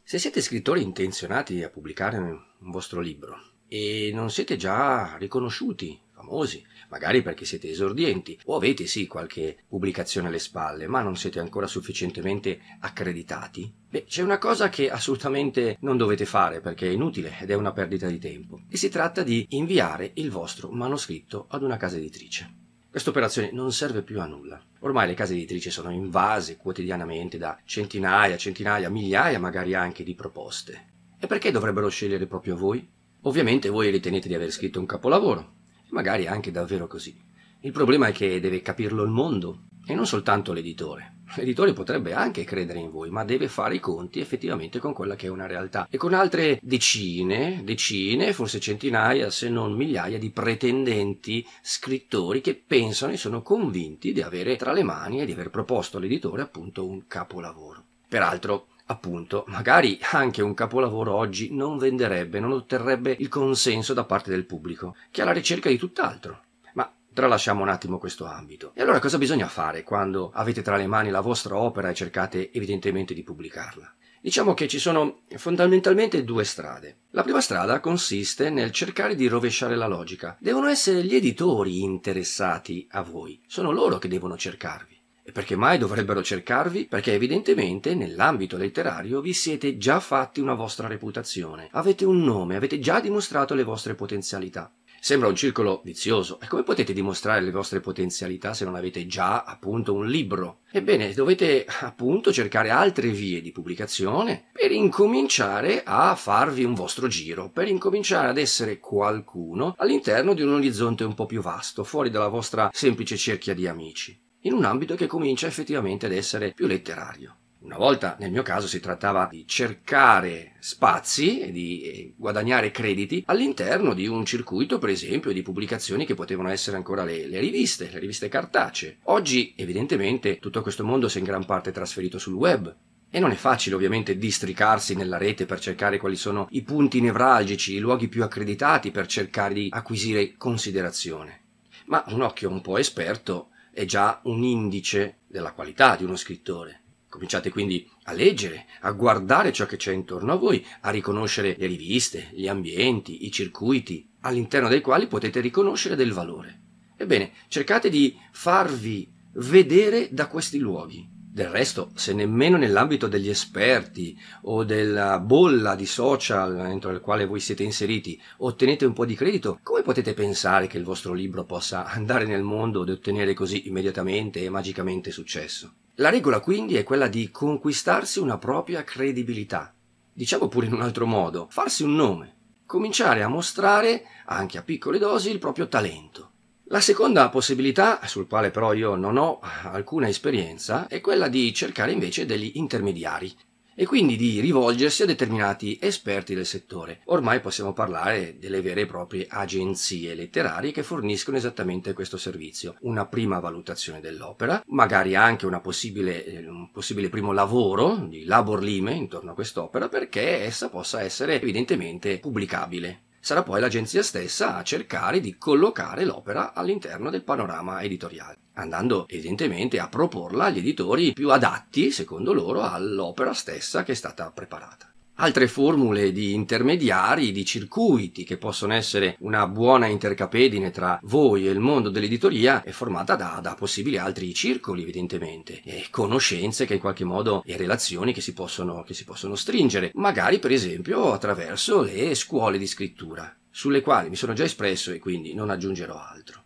Se siete scrittori intenzionati a pubblicare un vostro libro e non siete già riconosciuti, famosi, magari perché siete esordienti o avete sì qualche pubblicazione alle spalle, ma non siete ancora sufficientemente accreditati, c'è una cosa che assolutamente non dovete fare perché è inutile ed è una perdita di tempo, e si tratta di inviare il vostro manoscritto ad una casa editrice. Questa operazione non serve più a nulla. Ormai le case editrici sono invase quotidianamente da centinaia, migliaia magari anche di proposte. E perché dovrebbero scegliere proprio voi? Ovviamente voi ritenete di aver scritto un capolavoro, e magari è anche davvero così. Il problema è che deve capirlo il mondo, e non soltanto l'editore. L'editore potrebbe anche credere in voi, ma deve fare i conti effettivamente con quella che è una realtà e con altre decine, forse centinaia, se non migliaia di pretendenti scrittori che pensano e sono convinti di avere tra le mani e di aver proposto all'editore appunto un capolavoro. Peraltro, appunto, magari anche un capolavoro oggi non venderebbe, non otterrebbe il consenso da parte del pubblico, che è alla ricerca di tutt'altro. Ma tralasciamo un attimo questo ambito. E allora cosa bisogna fare quando avete tra le mani la vostra opera e cercate evidentemente di pubblicarla? Diciamo che ci sono fondamentalmente due strade. La prima strada consiste nel cercare di rovesciare la logica. Devono essere gli editori interessati a voi, sono loro che devono cercarvi. E perché mai dovrebbero cercarvi? Perché evidentemente nell'ambito letterario vi siete già fatti una vostra reputazione, avete un nome, avete già dimostrato le vostre potenzialità. Sembra un circolo vizioso, e come potete dimostrare le vostre potenzialità se non avete già appunto un libro? Ebbene, dovete appunto cercare altre vie di pubblicazione per incominciare a farvi un vostro giro, per incominciare ad essere qualcuno all'interno di un orizzonte un po' più vasto, fuori dalla vostra semplice cerchia di amici, in un ambito che comincia effettivamente ad essere più letterario. Una volta, nel mio caso, si trattava di cercare spazi e di guadagnare crediti all'interno di un circuito, per esempio, di pubblicazioni che potevano essere ancora le riviste cartacee. Oggi, evidentemente, tutto questo mondo si è in gran parte trasferito sul web. E non è facile ovviamente districarsi nella rete per cercare quali sono i punti nevralgici, i luoghi più accreditati per cercare di acquisire considerazione. Ma un occhio un po' esperto è già un indice della qualità di uno scrittore. Cominciate quindi a leggere, a guardare ciò che c'è intorno a voi, a riconoscere le riviste, gli ambienti, i circuiti, all'interno dei quali potete riconoscere del valore. Ebbene, cercate di farvi vedere da questi luoghi. Del resto, se nemmeno nell'ambito degli esperti o della bolla di social entro il quale voi siete inseriti ottenete un po' di credito, come potete pensare che il vostro libro possa andare nel mondo ed ottenere così immediatamente e magicamente successo? La regola quindi è quella di conquistarsi una propria credibilità. Diciamo pure in un altro modo, farsi un nome, cominciare a mostrare, anche a piccole dosi, il proprio talento. La seconda possibilità, sul quale però io non ho alcuna esperienza, è quella di cercare invece degli intermediari e quindi di rivolgersi a determinati esperti del settore. Ormai possiamo parlare delle vere e proprie agenzie letterarie che forniscono esattamente questo servizio. Una prima valutazione dell'opera, magari anche un possibile primo lavoro di labor lime intorno a quest'opera perché essa possa essere evidentemente pubblicabile. Sarà poi l'agenzia stessa a cercare di collocare l'opera all'interno del panorama editoriale, andando evidentemente a proporla agli editori più adatti, secondo loro, all'opera stessa che è stata preparata. Altre formule di intermediari, di circuiti, che possono essere una buona intercapedine tra voi e il mondo dell'editoria, è formata da possibili altri circoli, evidentemente, e conoscenze che in qualche modo e relazioni che si possono stringere, magari per esempio attraverso le scuole di scrittura, sulle quali mi sono già espresso e quindi non aggiungerò altro.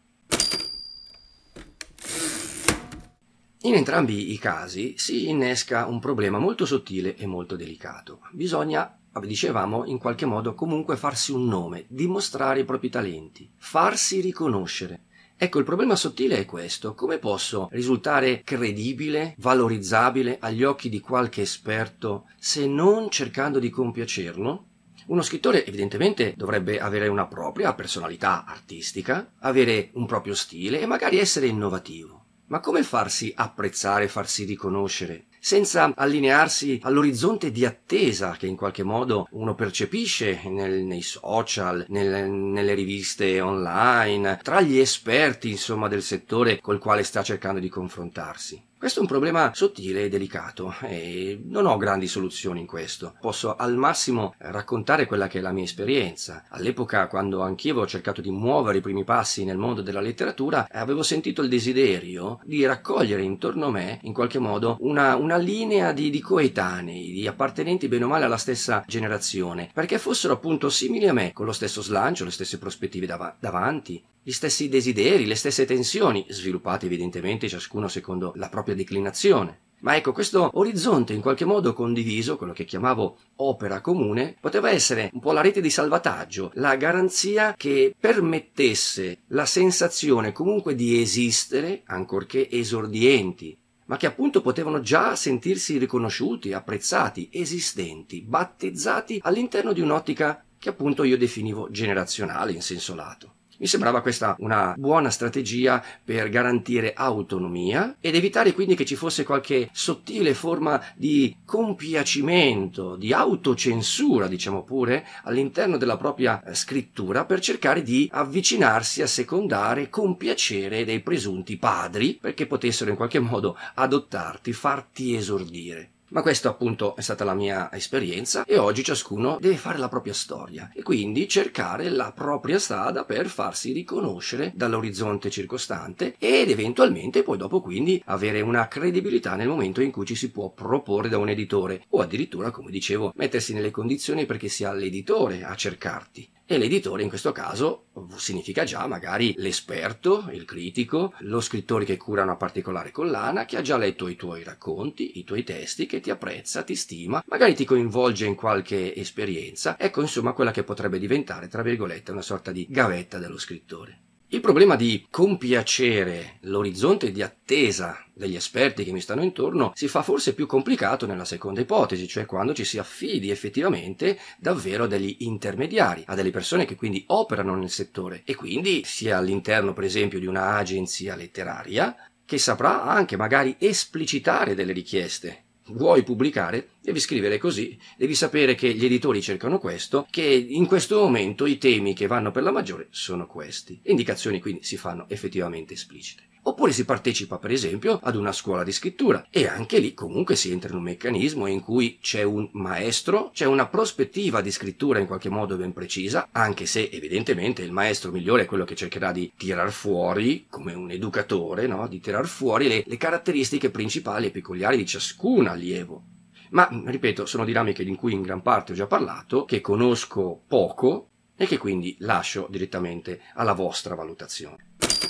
In entrambi i casi si innesca un problema molto sottile e molto delicato. Bisogna, dicevamo, in qualche modo comunque farsi un nome, dimostrare i propri talenti, farsi riconoscere. Ecco, il problema sottile è questo: come posso risultare credibile, valorizzabile agli occhi di qualche esperto se non cercando di compiacerlo? Uno scrittore evidentemente dovrebbe avere una propria personalità artistica, avere un proprio stile e magari essere innovativo. Ma come farsi apprezzare, farsi riconoscere, senza allinearsi all'orizzonte di attesa che in qualche modo uno percepisce nei social, nelle riviste online, tra gli esperti, insomma, del settore col quale sta cercando di confrontarsi? Questo è un problema sottile e delicato e non ho grandi soluzioni in questo. Posso al massimo raccontare quella che è la mia esperienza. All'epoca, quando anch'io avevo cercato di muovere i primi passi nel mondo della letteratura, avevo sentito il desiderio di raccogliere intorno a me, in qualche modo, una linea di coetanei, di appartenenti bene o male alla stessa generazione, perché fossero appunto simili a me, con lo stesso slancio, le stesse prospettive davanti, gli stessi desideri, le stesse tensioni, sviluppate evidentemente ciascuno secondo la propria declinazione. Ma ecco, questo orizzonte in qualche modo condiviso, quello che chiamavo opera comune, poteva essere un po' la rete di salvataggio, la garanzia che permettesse la sensazione comunque di esistere, ancorché esordienti, ma che appunto potevano già sentirsi riconosciuti, apprezzati, esistenti, battezzati all'interno di un'ottica che appunto io definivo generazionale in senso lato. Mi sembrava questa una buona strategia per garantire autonomia ed evitare quindi che ci fosse qualche sottile forma di compiacimento, di autocensura, diciamo pure, all'interno della propria scrittura per cercare di avvicinarsi, assecondare, compiacere dei presunti padri perché potessero in qualche modo adottarti, farti esordire. Ma questa appunto è stata la mia esperienza e oggi ciascuno deve fare la propria storia e quindi cercare la propria strada per farsi riconoscere dall'orizzonte circostante ed eventualmente poi dopo quindi avere una credibilità nel momento in cui ci si può proporre da un editore o addirittura, come dicevo, mettersi nelle condizioni perché sia l'editore a cercarti. E l'editore in questo caso significa già magari l'esperto, il critico, lo scrittore che cura una particolare collana, che ha già letto i tuoi racconti, i tuoi testi, che ti apprezza, ti stima, magari ti coinvolge in qualche esperienza. Ecco insomma quella che potrebbe diventare, tra virgolette, una sorta di gavetta dello scrittore. Il problema di compiacere l'orizzonte di attesa degli esperti che mi stanno intorno si fa forse più complicato nella seconda ipotesi, cioè quando ci si affidi effettivamente davvero a degli intermediari, a delle persone che quindi operano nel settore e quindi sia all'interno per esempio di un'agenzia letteraria che saprà anche magari esplicitare delle richieste. Vuoi pubblicare? Devi scrivere così, devi sapere che gli editori cercano questo, che in questo momento i temi che vanno per la maggiore sono questi. Le indicazioni quindi si fanno effettivamente esplicite. Oppure si partecipa per esempio ad una scuola di scrittura e anche lì comunque si entra in un meccanismo in cui c'è un maestro, c'è una prospettiva di scrittura in qualche modo ben precisa, anche se evidentemente il maestro migliore è quello che cercherà di tirar fuori, come un educatore, no? Di tirar fuori le caratteristiche principali e peculiari di ciascun allievo. Ma, ripeto, sono dinamiche di cui in gran parte ho già parlato, che conosco poco e che quindi lascio direttamente alla vostra valutazione.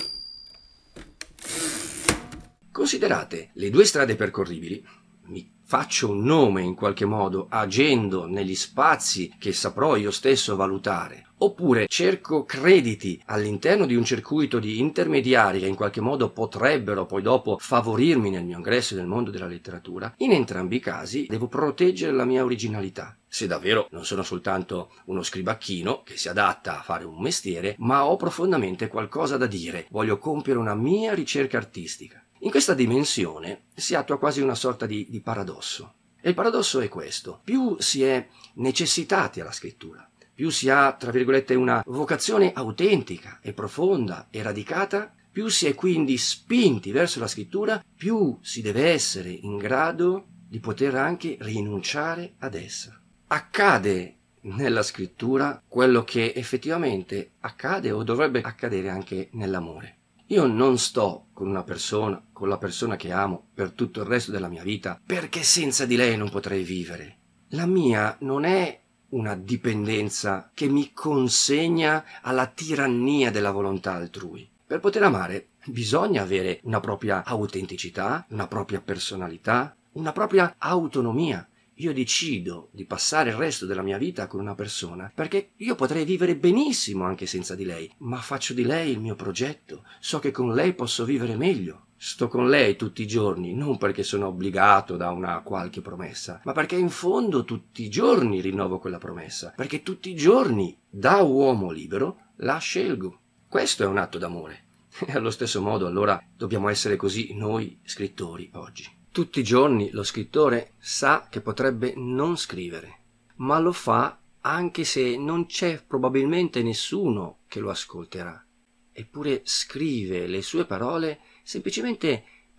Considerate le due strade percorribili, mi faccio un nome in qualche modo agendo negli spazi che saprò io stesso valutare, oppure cerco crediti all'interno di un circuito di intermediari che in qualche modo potrebbero poi dopo favorirmi nel mio ingresso nel mondo della letteratura, in entrambi i casi devo proteggere la mia originalità. Se davvero non sono soltanto uno scribacchino che si adatta a fare un mestiere, ma ho profondamente qualcosa da dire, voglio compiere una mia ricerca artistica. In questa dimensione si attua quasi una sorta di paradosso. E il paradosso è questo: più si è necessitati alla scrittura, più si ha, tra virgolette, una vocazione autentica e profonda e radicata, più si è quindi spinti verso la scrittura, più si deve essere in grado di poter anche rinunciare ad essa. Accade nella scrittura quello che effettivamente accade o dovrebbe accadere anche nell'amore. Io non sto con una persona, con la persona che amo per tutto il resto della mia vita, perché senza di lei non potrei vivere. La mia non è una dipendenza che mi consegna alla tirannia della volontà altrui. Per poter amare bisogna avere una propria autenticità, una propria personalità, una propria autonomia. Io decido di passare il resto della mia vita con una persona perché io potrei vivere benissimo anche senza di lei, ma faccio di lei il mio progetto, so che con lei posso vivere meglio. Sto con lei tutti i giorni, non perché sono obbligato da una qualche promessa, ma perché in fondo tutti i giorni rinnovo quella promessa, perché tutti i giorni, da uomo libero, la scelgo. Questo è un atto d'amore. E allo stesso modo allora dobbiamo essere così noi scrittori oggi. Tutti i giorni lo scrittore sa che potrebbe non scrivere, ma lo fa anche se non c'è probabilmente nessuno che lo ascolterà. Eppure scrive le sue parole semplicemente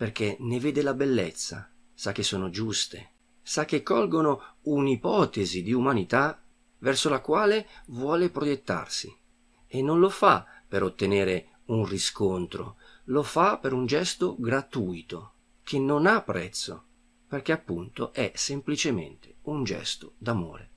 perché ne vede la bellezza, sa che sono giuste, sa che colgono un'ipotesi di umanità verso la quale vuole proiettarsi, e non lo fa per ottenere un riscontro, lo fa per un gesto gratuito, che non ha prezzo, perché appunto è semplicemente un gesto d'amore.